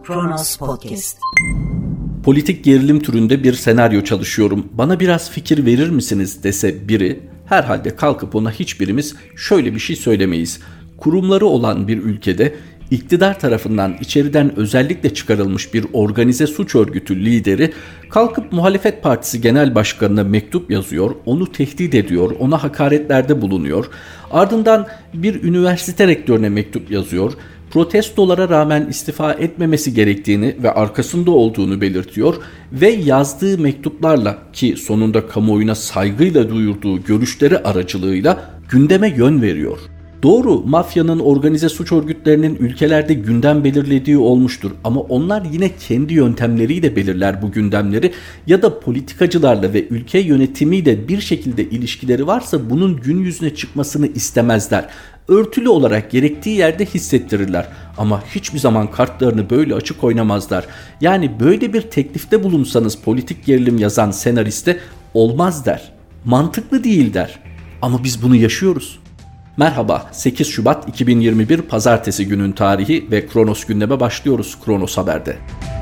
Kronos Podcast. Politik gerilim türünde bir senaryo çalışıyorum. Bana biraz fikir verir misiniz dese biri, herhalde kalkıp ona hiçbirimiz şöyle bir şey söylemeyiz. Kurumları olan bir ülkede iktidar tarafından içeriden özellikle çıkarılmış bir organize suç örgütü lideri kalkıp muhalefet partisi genel başkanına mektup yazıyor, onu tehdit ediyor, ona hakaretlerde bulunuyor. Ardından bir üniversite rektörüne mektup yazıyor, protestolara rağmen istifa etmemesi gerektiğini ve arkasında olduğunu belirtiyor ve yazdığı mektuplarla ki sonunda kamuoyuna saygıyla duyurduğu görüşleri aracılığıyla gündeme yön veriyor. Doğru, mafyanın, organize suç örgütlerinin ülkelerde gündem belirlediği olmuştur ama onlar yine kendi yöntemleriyle belirler bu gündemleri ya da politikacılarla ve ülke yönetimiyle bir şekilde ilişkileri varsa bunun gün yüzüne çıkmasını istemezler. Örtülü olarak gerektiği yerde hissettirirler ama hiçbir zaman kartlarını böyle açık oynamazlar. Yani böyle bir teklifte bulunsanız politik gerilim yazan senariste olmaz der, mantıklı değil der ama biz bunu yaşıyoruz. Merhaba, 8 Şubat 2021 Pazartesi günün tarihi ve Kronos gündeme başlıyoruz Kronos Haber'de.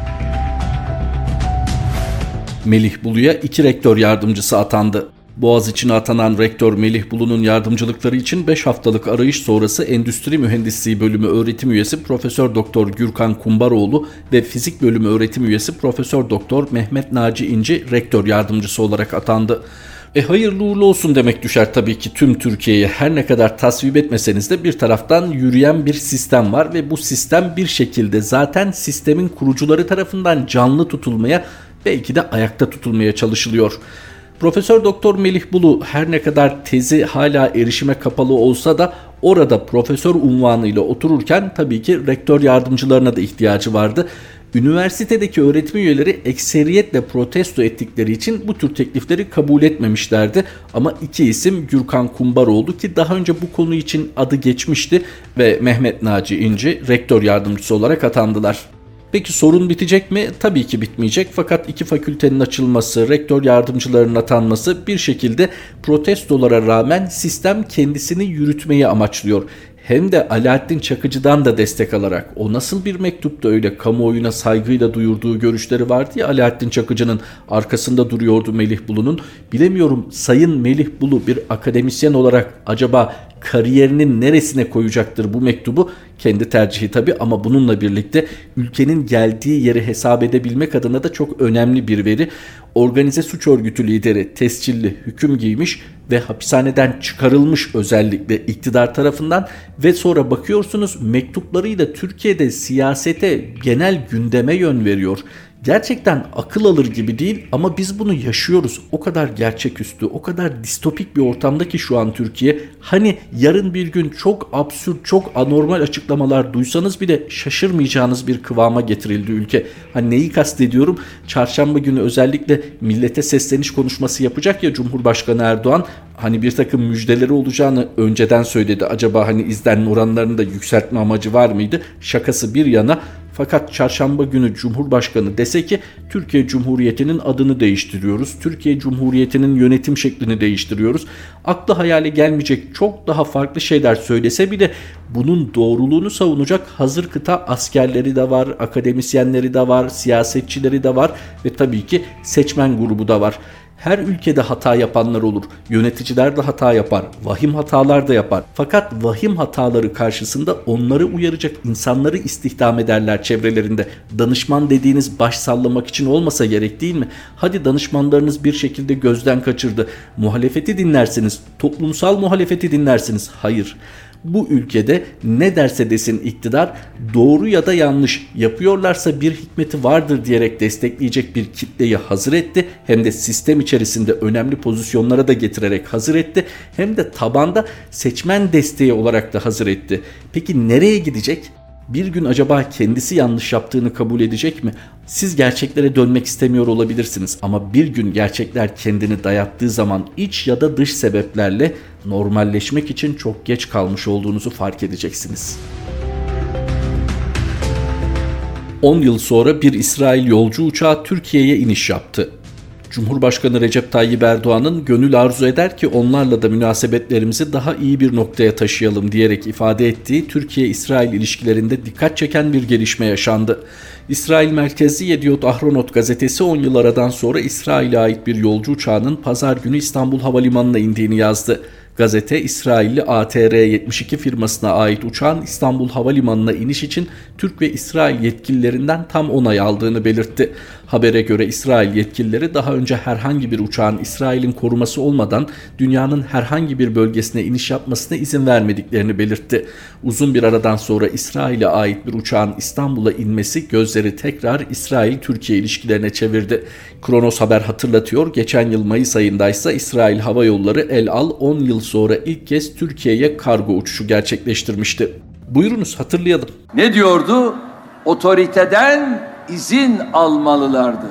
Melih Bulu'ya 2 rektör yardımcısı atandı. Boğaziçi'ne atanan rektör Melih Bulu'nun yardımcılıkları için 5 haftalık arayış sonrası Endüstri Mühendisliği Bölümü öğretim üyesi Profesör Doktor Gürkan Kumbaroğlu ve Fizik Bölümü öğretim üyesi Profesör Doktor Mehmet Naci İnci rektör yardımcısı olarak atandı. Hayırlı uğurlu olsun demek düşer tabii ki tüm Türkiye'ye. Her ne kadar tasvip etmeseniz de bir taraftan yürüyen bir sistem var ve bu sistem bir şekilde zaten sistemin kurucuları tarafından canlı tutulmaya, belki de ayakta tutulmaya çalışılıyor. Profesör Doktor Melih Bulu her ne kadar tezi hala erişime kapalı olsa da orada profesör unvanıyla otururken tabii ki rektör yardımcılarına da ihtiyacı vardı. Üniversitedeki öğretim üyeleri ekseriyetle protesto ettikleri için bu tür teklifleri kabul etmemişlerdi. Ama 2 isim Gürkan Kumbaroğlu ki daha önce bu konu için adı geçmişti ve Mehmet Naci İnci rektör yardımcısı olarak atandılar. Peki sorun bitecek mi? Tabii ki bitmeyecek fakat 2 fakültenin açılması, rektör yardımcılarının atanması bir şekilde protestolara rağmen sistem kendisini yürütmeyi amaçlıyor. Hem de Alaaddin Çakıcı'dan da destek alarak. O nasıl bir mektupta öyle kamuoyuna saygıyla duyurduğu görüşleri vardı ya, Alaaddin Çakıcı'nın arkasında duruyordu Melih Bulu'nun. Bilemiyorum, Sayın Melih Bulu bir akademisyen olarak acaba kariyerinin neresine koyacaktır bu mektubu? Kendi tercihi tabii ama bununla birlikte ülkenin geldiği yeri hesap edebilmek adına da çok önemli bir veri. Organize suç örgütü lideri tescilli hüküm giymiş ve hapishaneden çıkarılmış özellikle iktidar tarafından ve sonra bakıyorsunuz mektuplarıyla Türkiye'de siyasete, genel gündeme yön veriyor. Gerçekten akıl alır gibi değil ama biz bunu yaşıyoruz. O kadar gerçeküstü, o kadar distopik bir ortamda ki şu an Türkiye. Hani yarın bir gün çok absürt, çok anormal açıklamalar duysanız bile şaşırmayacağınız bir kıvama getirildi ülke. Hani neyi kastediyorum? Çarşamba günü özellikle millete sesleniş konuşması yapacak ya Cumhurbaşkanı Erdoğan. Hani bir takım müjdeleri olacağını önceden söyledi. Acaba hani izlenme oranlarını da yükseltme amacı var mıydı? Şakası bir yana. Fakat çarşamba günü Cumhurbaşkanı dese ki Türkiye Cumhuriyeti'nin adını değiştiriyoruz, Türkiye Cumhuriyeti'nin yönetim şeklini değiştiriyoruz. Aklı hayale gelmeyecek çok daha farklı şeyler söylese bile bunun doğruluğunu savunacak hazır kıta askerleri de var, akademisyenleri de var, siyasetçileri de var ve tabii ki seçmen grubu da var. Her ülkede hata yapanlar olur. Yöneticiler de hata yapar. Vahim hatalar da yapar. Fakat vahim hataları karşısında onları uyaracak insanları istihdam ederler çevrelerinde. Danışman dediğiniz baş sallamak için olmasa gerek değil mi? Hadi danışmanlarınız bir şekilde gözden kaçırdı. Muhalefeti dinlersiniz. Toplumsal muhalefeti dinlersiniz. Hayır. Bu ülkede ne derse desin iktidar doğru ya da yanlış yapıyorlarsa bir hikmeti vardır diyerek destekleyecek bir kitleyi hazır etti. Hem de sistem içerisinde önemli pozisyonlara da getirerek hazır etti. Hem de tabanda seçmen desteği olarak da hazır etti. Peki nereye gidecek? Bir gün acaba kendisi yanlış yaptığını kabul edecek mi? Siz gerçeklere dönmek istemiyor olabilirsiniz ama bir gün gerçekler kendini dayattığı zaman iç ya da dış sebeplerle normalleşmek için çok geç kalmış olduğunuzu fark edeceksiniz. 10 yıl sonra bir İsrail yolcu uçağı Türkiye'ye iniş yaptı. Cumhurbaşkanı Recep Tayyip Erdoğan'ın "gönül arzu eder ki onlarla da münasebetlerimizi daha iyi bir noktaya taşıyalım" diyerek ifade ettiği Türkiye-İsrail ilişkilerinde dikkat çeken bir gelişme yaşandı. İsrail merkezli Yediot Ahronot gazetesi 10 yıl aradan sonra İsrail'e ait bir yolcu uçağının pazar günü İstanbul Havalimanı'na indiğini yazdı. Gazete, İsrailli ATR-72 firmasına ait uçağın İstanbul Havalimanı'na iniş için Türk ve İsrail yetkililerinden tam onay aldığını belirtti. Habere göre İsrail yetkilileri daha önce herhangi bir uçağın İsrail'in koruması olmadan dünyanın herhangi bir bölgesine iniş yapmasına izin vermediklerini belirtti. Uzun bir aradan sonra İsrail'e ait bir uçağın İstanbul'a inmesi gözleri tekrar İsrail-Türkiye ilişkilerine çevirdi. Kronos Haber hatırlatıyor, geçen yıl Mayıs ayındaysa İsrail Hava Yolları El Al 10 yıl sonra ilk kez Türkiye'ye kargo uçuşu gerçekleştirmişti. Buyurunuz, hatırlayalım. Ne diyordu? Otoriteden izin almalılardı.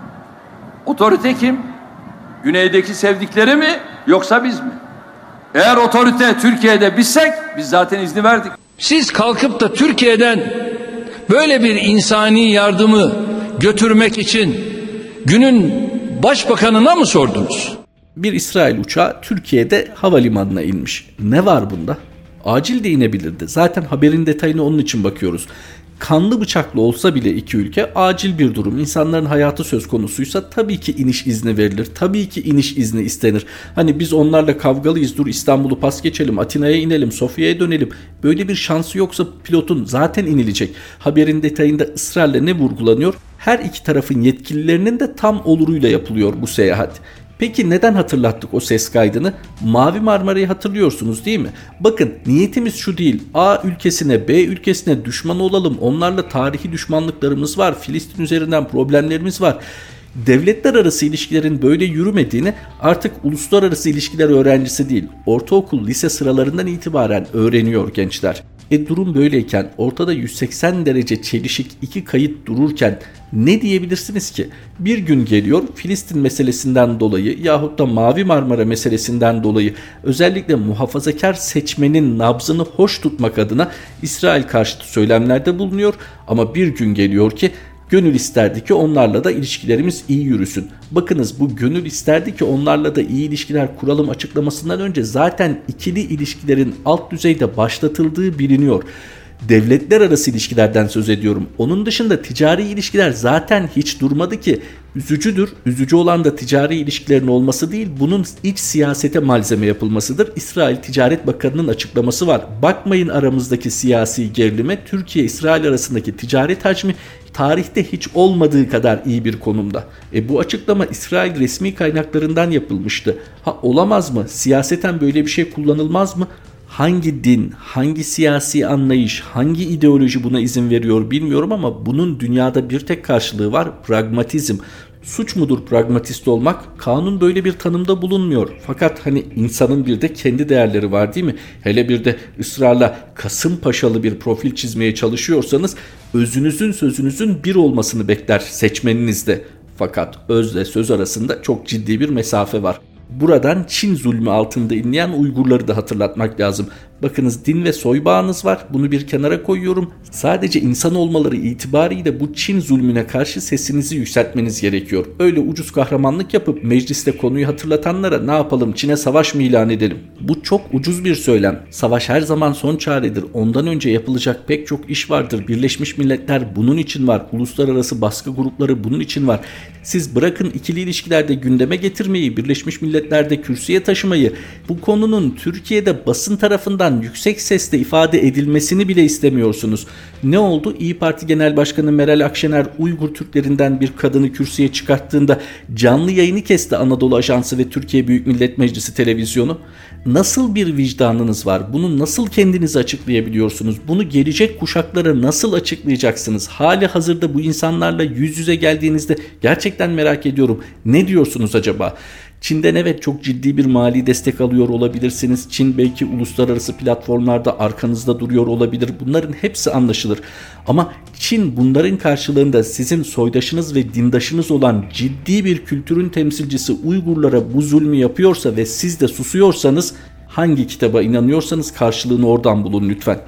Otorite kim? Güneydeki sevdikleri mi yoksa biz mi? Eğer otorite Türkiye'de bizsek biz zaten izni verdik. Siz kalkıp da Türkiye'den böyle bir insani yardımı götürmek için günün başbakanına mı sordunuz? Bir İsrail uçağı Türkiye'de havalimanına inmiş. Ne var bunda? Acil de inebilirdi. Zaten haberin detayına onun için bakıyoruz. Kanlı bıçaklı olsa bile iki ülke, acil bir durum, insanların hayatı söz konusuysa tabii ki iniş izni verilir. Tabii ki iniş izni istenir. Hani biz onlarla kavgalıyız, dur İstanbul'u pas geçelim, Atina'ya inelim, Sofya'ya dönelim. Böyle bir şansı yoksa pilotun zaten inilecek. Haberin detayında ısrarla ne vurgulanıyor? Her iki tarafın yetkililerinin de tam oluruyla yapılıyor bu seyahat. Peki neden hatırlattık o ses kaydını? Mavi Marmara'yı hatırlıyorsunuz değil mi? Bakın, niyetimiz şu değil. A ülkesine, B ülkesine düşman olalım. Onlarla tarihi düşmanlıklarımız var. Filistin üzerinden problemlerimiz var. Devletler arası ilişkilerin böyle yürümediğini artık uluslararası ilişkiler öğrencisi değil, ortaokul, lise sıralarından itibaren öğreniyor gençler. Durum böyleyken, ortada 180 derece çelişik iki kayıt dururken ne diyebilirsiniz ki? Bir gün geliyor, Filistin meselesinden dolayı yahut da Mavi Marmara meselesinden dolayı özellikle muhafazakar seçmenin nabzını hoş tutmak adına İsrail karşıtı söylemlerde bulunuyor, ama bir gün geliyor ki gönül isterdi ki onlarla da ilişkilerimiz iyi yürüsün. Bakınız, bu gönül isterdi ki onlarla da iyi ilişkiler kuralım açıklamasından önce zaten ikili ilişkilerin alt düzeyde başlatıldığı biliniyor. Devletler arası ilişkilerden söz ediyorum. Onun dışında ticari ilişkiler zaten hiç durmadı ki. Üzücüdür. Üzücü olan da ticari ilişkilerin olması değil, bunun iç siyasete malzeme yapılmasıdır. İsrail Ticaret Bakanı'nın açıklaması var. Bakmayın aramızdaki siyasi gerilime, Türkiye-İsrail arasındaki ticaret hacmi tarihte hiç olmadığı kadar iyi bir konumda. Bu açıklama İsrail resmi kaynaklarından yapılmıştı. Olamaz mı? Siyaseten böyle bir şey kullanılmaz mı? Hangi din, hangi siyasi anlayış, hangi ideoloji buna izin veriyor bilmiyorum, ama bunun dünyada bir tek karşılığı var: pragmatizm. Suç mudur pragmatist olmak? Kanun böyle bir tanımda bulunmuyor. Fakat hani insanın bir de kendi değerleri var değil mi? Hele bir de ısrarla Kasımpaşalı bir profil çizmeye çalışıyorsanız özünüzün sözünüzün bir olmasını bekler seçmeniniz de. Fakat özle söz arasında çok ciddi bir mesafe var. Buradan Çin zulmü altında inleyen Uygurları da hatırlatmak lazım. Bakınız, din ve soy bağınız var. Bunu bir kenara koyuyorum. Sadece insan olmaları itibariyle bu Çin zulmüne karşı sesinizi yükseltmeniz gerekiyor. Öyle ucuz kahramanlık yapıp mecliste konuyu hatırlatanlara ne yapalım, Çin'e savaş mı ilan edelim? Bu çok ucuz bir söylem. Savaş her zaman son çaredir. Ondan önce yapılacak pek çok iş vardır. Birleşmiş Milletler bunun için var. Uluslararası baskı grupları bunun için var. Siz bırakın ikili ilişkilerde gündeme getirmeyi, Birleşmiş Milletler'de kürsüye taşımayı, bu konunun Türkiye'de basın tarafından yüksek sesle ifade edilmesini bile istemiyorsunuz. Ne oldu? İYİ Parti Genel Başkanı Meral Akşener Uygur Türklerinden bir kadını kürsüye çıkarttığında canlı yayını kesti Anadolu Ajansı ve Türkiye Büyük Millet Meclisi televizyonu. Nasıl bir vicdanınız var? Bunu nasıl kendinize açıklayabiliyorsunuz? Bunu gelecek kuşaklara nasıl açıklayacaksınız? Hali hazırda bu insanlarla yüz yüze geldiğinizde gerçekten merak ediyorum. Ne diyorsunuz acaba? Çin'den evet çok ciddi bir mali destek alıyor olabilirsiniz. Çin belki uluslararası platformlarda arkanızda duruyor olabilir. Bunların hepsi anlaşılır. Ama Çin bunların karşılığında sizin soydaşınız ve dindaşınız olan ciddi bir kültürün temsilcisi Uygurlara bu zulmü yapıyorsa ve siz de susuyorsanız, hangi kitaba inanıyorsanız karşılığını oradan bulun lütfen.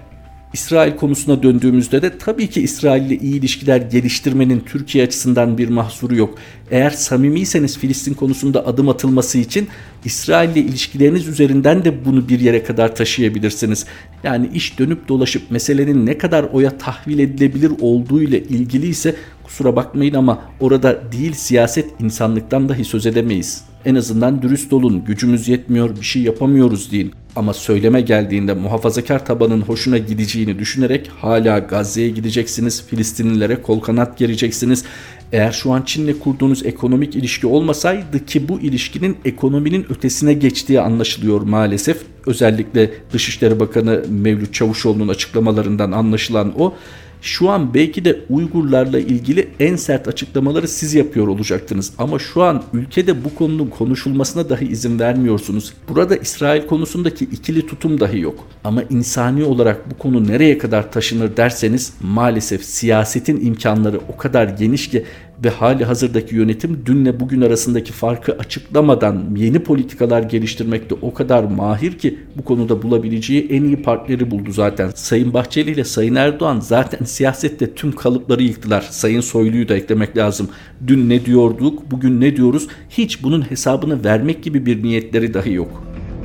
İsrail konusuna döndüğümüzde de tabii ki İsrail ile iyi ilişkiler geliştirmenin Türkiye açısından bir mahsuru yok. Eğer samimiyseniz Filistin konusunda adım atılması için İsrail ile ilişkileriniz üzerinden de bunu bir yere kadar taşıyabilirsiniz. Yani iş dönüp dolaşıp meselenin ne kadar oya tahvil edilebilir olduğu ile ilgili ise kusura bakmayın ama orada değil siyaset insanlıktan dahi söz edemeyiz. En azından dürüst olun, gücümüz yetmiyor, bir şey yapamıyoruz deyin. Ama söyleme geldiğinde muhafazakar tabanın hoşuna gideceğini düşünerek hala Gazze'ye gideceksiniz, Filistinlilere kol kanat gereceksiniz. Eğer şu an Çin'le kurduğunuz ekonomik ilişki olmasaydı ki bu ilişkinin ekonominin ötesine geçtiği anlaşılıyor maalesef. Özellikle Dışişleri Bakanı Mevlüt Çavuşoğlu'nun açıklamalarından anlaşılan o. Şu an belki de Uygurlarla ilgili en sert açıklamaları siz yapıyor olacaktınız. Ama şu an ülkede bu konunun konuşulmasına dahi izin vermiyorsunuz. Burada İsrail konusundaki ikili tutum dahi yok. Ama insani olarak bu konu nereye kadar taşınır derseniz maalesef siyasetin imkanları o kadar geniş ki ve hali hazırdaki yönetim dünle bugün arasındaki farkı açıklamadan yeni politikalar geliştirmekte o kadar mahir ki bu konuda bulabileceği en iyi partneri buldu zaten. Sayın Bahçeli ile Sayın Erdoğan zaten siyasette tüm kalıpları yıktılar. Sayın Soylu'yu da eklemek lazım. Dün ne diyorduk, bugün ne diyoruz? Hiç bunun hesabını vermek gibi bir niyetleri dahi yok.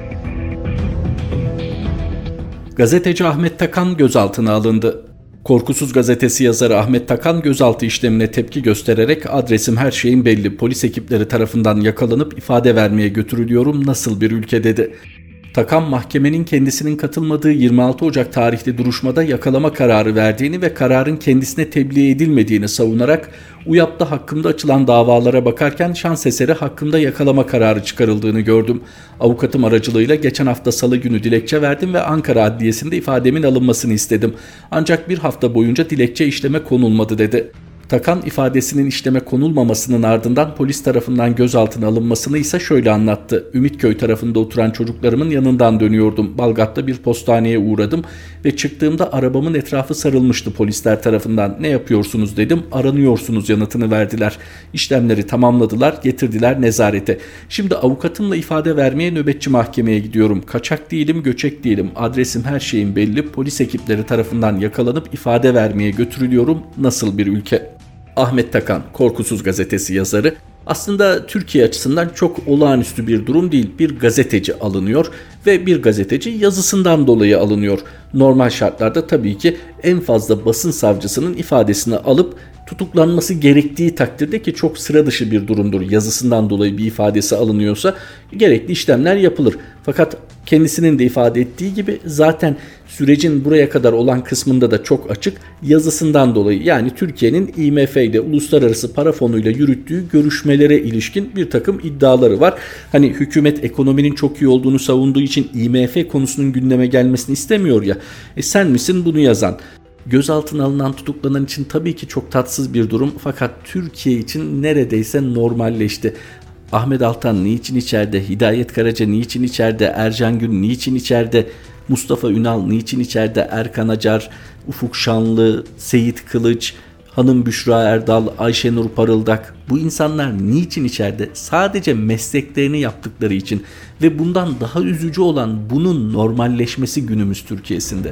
Gazeteci Ahmet Takan gözaltına alındı. Korkusuz gazetesi yazarı Ahmet Takan gözaltı işlemine tepki göstererek adresim her şeyin belli, polis ekipleri tarafından yakalanıp ifade vermeye götürülüyorum, nasıl bir ülke dedi. Takan mahkemenin kendisinin katılmadığı 26 Ocak tarihli duruşmada yakalama kararı verdiğini ve kararın kendisine tebliğ edilmediğini savunarak UYAP'ta hakkımda açılan davalara bakarken şans eseri hakkımda yakalama kararı çıkarıldığını gördüm. Avukatım aracılığıyla geçen hafta salı günü dilekçe verdim ve Ankara Adliyesi'nde ifademin alınmasını istedim. Ancak bir hafta boyunca dilekçe işleme konulmadı dedi. Takan ifadesinin işleme konulmamasının ardından polis tarafından gözaltına alınmasını ise şöyle anlattı. Ümitköy tarafında oturan çocuklarımın yanından dönüyordum. Balgat'ta bir postaneye uğradım ve çıktığımda arabamın etrafı sarılmıştı polisler tarafından. Ne yapıyorsunuz dedim. Aranıyorsunuz yanıtını verdiler. İşlemleri tamamladılar, getirdiler nezarete. Şimdi avukatımla ifade vermeye nöbetçi mahkemeye gidiyorum. Kaçak değilim, göçek değilim. Adresim her şeyin belli. Polis ekipleri tarafından yakalanıp ifade vermeye götürülüyorum. Nasıl bir ülke? Ahmet Takan, Korkusuz gazetesi yazarı. Aslında Türkiye açısından çok olağanüstü bir durum değil. Bir gazeteci alınıyor ve bir gazeteci yazısından dolayı alınıyor. Normal şartlarda tabii ki en fazla basın savcısının ifadesini alıp tutuklanması gerektiği takdirde, ki çok sıra dışı bir durumdur. Yazısından dolayı bir ifadesi alınıyorsa gerekli işlemler yapılır. Fakat kendisinin de ifade ettiği gibi zaten sürecin buraya kadar olan kısmında da çok açık, yazısından dolayı, yani Türkiye'nin IMF ile Uluslararası Para Fonu ile yürüttüğü görüşmelere ilişkin bir takım iddiaları var. Hani hükümet ekonominin çok iyi olduğunu savunduğu için IMF konusunun gündeme gelmesini istemiyor ya. Sen misin bunu yazan? Gözaltına alınan, tutuklanan için tabii ki çok tatsız bir durum, fakat Türkiye için neredeyse normalleşti. Ahmet Altan niçin içeride? Hidayet Karaca niçin içeride? Ercan Gün niçin içeride? Mustafa Ünal niçin içeride? Erkan Acar, Ufuk Şanlı, Seyit Kılıç, Hanım Büşra Erdal, Ayşenur Parıldak, bu insanlar niçin içeride? Sadece mesleklerini yaptıkları için ve bundan daha üzücü olan bunun normalleşmesi günümüz Türkiye'sinde.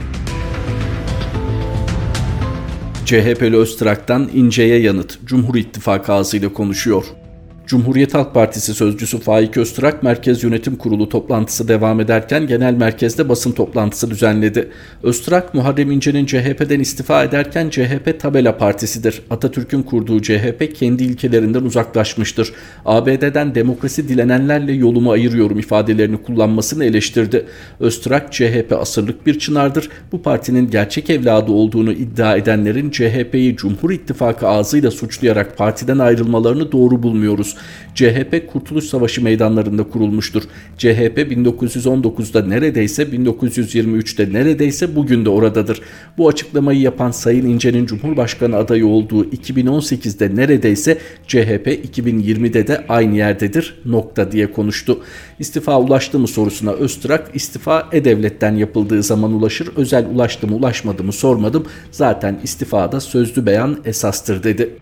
CHP'li Öztrak'tan İnce'ye yanıt. Cumhur İttifakı ağzıyla konuşuyor. Cumhuriyet Halk Partisi sözcüsü Faik Öztrak, Merkez Yönetim Kurulu toplantısı devam ederken genel merkezde basın toplantısı düzenledi. Öztrak, Muharrem İnce'nin CHP'den istifa ederken CHP tabela partisidir. Atatürk'ün kurduğu CHP kendi ilkelerinden uzaklaşmıştır. ABD'den demokrasi dilenenlerle yolumu ayırıyorum ifadelerini kullanmasını eleştirdi. Öztrak, CHP asırlık bir çınardır. Bu partinin gerçek evladı olduğunu iddia edenlerin CHP'yi Cumhur İttifakı ağzıyla suçlayarak partiden ayrılmalarını doğru bulmuyoruz. CHP Kurtuluş Savaşı meydanlarında kurulmuştur. CHP 1919'da neredeyse, 1923'te neredeyse, bugün de oradadır. Bu açıklamayı yapan Sayın İnce'nin Cumhurbaşkanı adayı olduğu 2018'de neredeyse, CHP 2020'de de aynı yerdedir. Nokta diye konuştu. İstifa ulaştı mı sorusuna Öztrak, istifa E-Devlet'ten yapıldığı zaman ulaşır, özel ulaştı mı ulaşmadı mı sormadım. Zaten istifada sözlü beyan esastır dedi.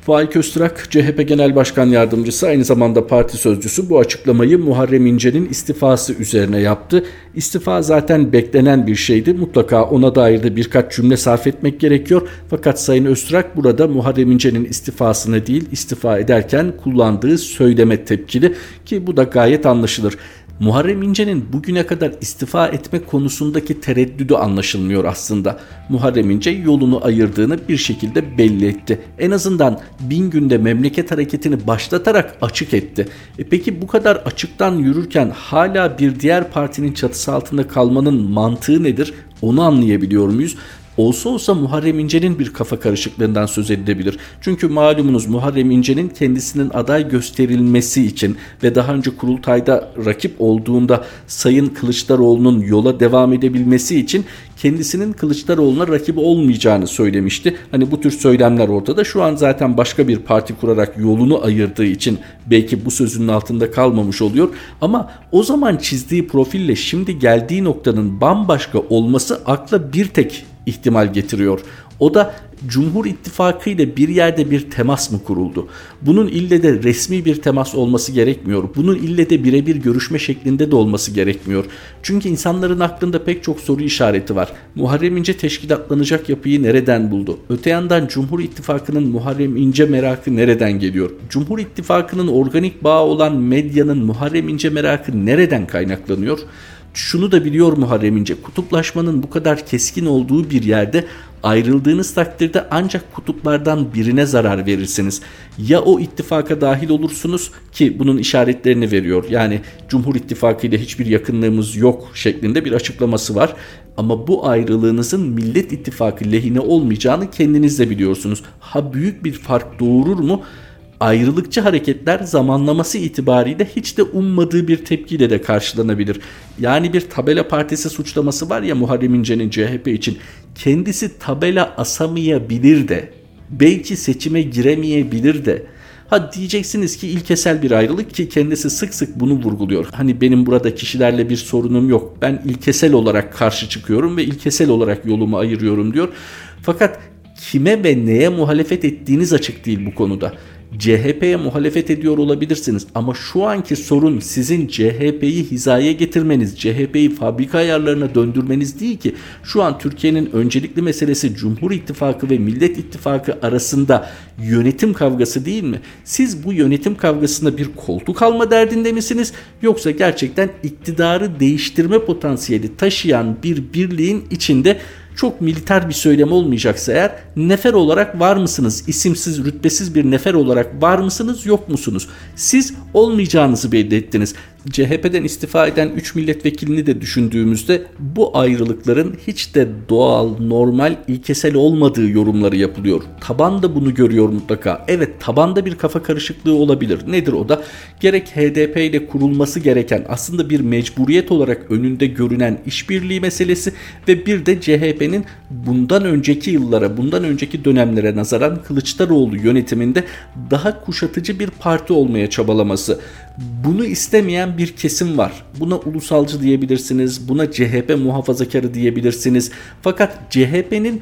Faik Öztürk, CHP Genel Başkan Yardımcısı, aynı zamanda parti sözcüsü, bu açıklamayı Muharrem İnce'nin istifası üzerine yaptı. İstifa zaten beklenen bir şeydi. Mutlaka ona dair de birkaç cümle sarf etmek gerekiyor. Fakat Sayın Öztürk burada Muharrem İnce'nin istifasına değil, istifa ederken kullandığı söyleme tepkili, ki bu da gayet anlaşılır. Muharrem İnce'nin bugüne kadar istifa etme konusundaki tereddüdü anlaşılmıyor aslında. Muharrem İnce yolunu ayırdığını bir şekilde belli etti. En azından 1000 günde memleket hareketini başlatarak açık etti. Peki bu kadar açıktan yürürken hala bir diğer partinin çatısı altında kalmanın mantığı nedir? Onu anlayabiliyor muyuz? Olsa olsa Muharrem İnce'nin bir kafa karışıklığından söz edilebilir. Çünkü malumunuz Muharrem İnce'nin kendisinin aday gösterilmesi için ve daha önce kurultayda rakip olduğunda Sayın Kılıçdaroğlu'nun yola devam edebilmesi için kendisinin Kılıçdaroğlu'na rakibi olmayacağını söylemişti. Hani bu tür söylemler ortada. Şu an zaten başka bir parti kurarak yolunu ayırdığı için belki bu sözünün altında kalmamış oluyor. Ama o zaman çizdiği profille şimdi geldiği noktanın bambaşka olması akla bir tek ihtimal getiriyor. O da Cumhur İttifakı ile bir yerde bir temas mı kuruldu? Bunun ille de resmi bir temas olması gerekmiyor. Bunun ille de birebir görüşme şeklinde de olması gerekmiyor. Çünkü insanların aklında pek çok soru işareti var. Muharrem İnce teşkilatlanacak yapıyı nereden buldu? Öte yandan Cumhur İttifakı'nın Muharrem İnce merakı nereden geliyor? Cumhur İttifakı'nın organik bağı olan medyanın Muharrem İnce merakı nereden kaynaklanıyor? Şunu da biliyor Muharrem İnce, kutuplaşmanın bu kadar keskin olduğu bir yerde ayrıldığınız takdirde ancak kutuplardan birine zarar verirsiniz. Ya o ittifaka dahil olursunuz, ki bunun işaretlerini veriyor. Yani Cumhur İttifakı ile hiçbir yakınlığımız yok şeklinde bir açıklaması var. Ama bu ayrılığınızın Millet İttifakı lehine olmayacağını kendiniz de biliyorsunuz. Ha büyük bir fark doğurur mu? Ayrılıkçı hareketler zamanlaması itibariyle hiç de ummadığı bir tepkiyle de karşılanabilir. Yani bir tabela partisi suçlaması var ya Muharrem İnce'nin CHP için. Kendisi tabela asamayabilir de, belki seçime giremeyebilir de. Ha diyeceksiniz ki ilkesel bir ayrılık, ki kendisi sık sık bunu vurguluyor. Hani benim burada kişilerle bir sorunum yok. Ben ilkesel olarak karşı çıkıyorum ve ilkesel olarak yolumu ayırıyorum diyor. Fakat kime ve neye muhalefet ettiğiniz açık değil bu konuda. CHP'ye muhalefet ediyor olabilirsiniz ama şu anki sorun sizin CHP'yi hizaya getirmeniz, CHP'yi fabrika ayarlarına döndürmeniz değil ki. Şu an Türkiye'nin öncelikli meselesi Cumhur İttifakı ve Millet İttifakı arasında yönetim kavgası değil mi? Siz bu yönetim kavgasında bir koltuk alma derdinde misiniz? Yoksa gerçekten iktidarı değiştirme potansiyeli taşıyan bir birliğin içinde çok militer bir söylem olmayacaksa eğer nefer olarak var mısınız? İsimsiz, rütbesiz bir nefer olarak var mısınız, yok musunuz? Siz olmayacağınızı belli ettiniz. CHP'den istifa eden 3 milletvekilini de düşündüğümüzde bu ayrılıkların hiç de doğal, normal, ilkesel olmadığı yorumları yapılıyor. Taban da bunu görüyor mutlaka. Evet, tabanda bir kafa karışıklığı olabilir. Nedir o da? Gerek HDP ile kurulması gereken, aslında bir mecburiyet olarak önünde görünen işbirliği meselesi ve bir de CHP'nin bundan önceki yıllara, bundan önceki dönemlere nazaran Kılıçdaroğlu yönetiminde daha kuşatıcı bir parti olmaya çabalaması. Bunu istemeyen bir kesim var. Buna ulusalcı diyebilirsiniz, buna CHP muhafazakarı diyebilirsiniz. Fakat CHP'nin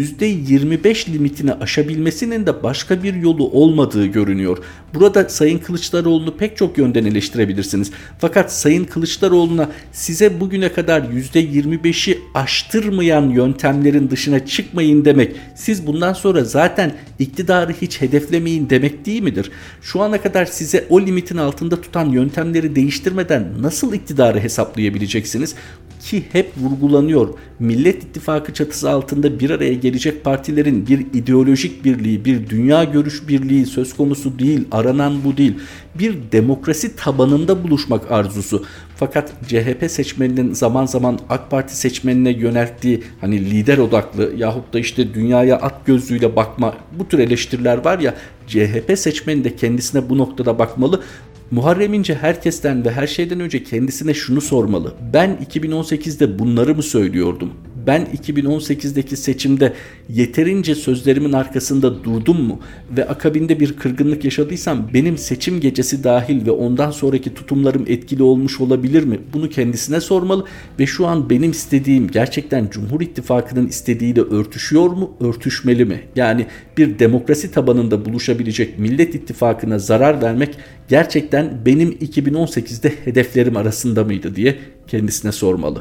%25 limitini aşabilmesinin de başka bir yolu olmadığı görünüyor. Burada Sayın Kılıçdaroğlu'nu pek çok yönden eleştirebilirsiniz. Fakat Sayın Kılıçdaroğlu'na size bugüne kadar %25'i aştırmayan yöntemlerin dışına çıkmayın demek, siz bundan sonra zaten iktidarı hiç hedeflemeyin demek değil midir? Şu ana kadar size o limitin altında tutan yöntemleri değiştirmeden nasıl iktidarı hesaplayabileceksiniz? Ki hep vurgulanıyor. Millet İttifakı çatısı altında bir araya gelecek partilerin bir ideolojik birliği, bir dünya görüş birliği söz konusu değil. Aranan bu değil. Bir demokrasi tabanında buluşmak arzusu. Fakat CHP seçmeninin zaman zaman AK Parti seçmenine yönelttiği hani lider odaklı yahut da işte dünyaya at gözlüğüyle bakma, bu tür eleştiriler var ya, CHP seçmeni de kendisine bu noktada bakmalı. Muharrem İnce herkesten ve her şeyden önce kendisine şunu sormalı. Ben 2018'de bunları mı söylüyordum? ben 2018'deki seçimde yeterince sözlerimin arkasında durdum mu ve akabinde bir kırgınlık yaşadıysam benim seçim gecesi dahil ve ondan sonraki tutumlarım etkili olmuş olabilir mi? Bunu kendisine sormalı ve şu an benim istediğim gerçekten Cumhur İttifakı'nın istediğiyle örtüşüyor mu, örtüşmeli mi? Yani bir demokrasi tabanında buluşabilecek Millet İttifakı'na zarar vermek gerçekten benim 2018'de hedeflerim arasında mıydı diye kendisine sormalı.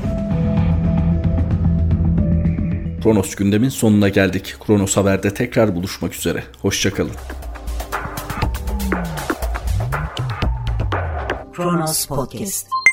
Kronos gündemin sonuna geldik. Kronos Haber'de tekrar buluşmak üzere. Hoşçakalın. Kronos Podcast.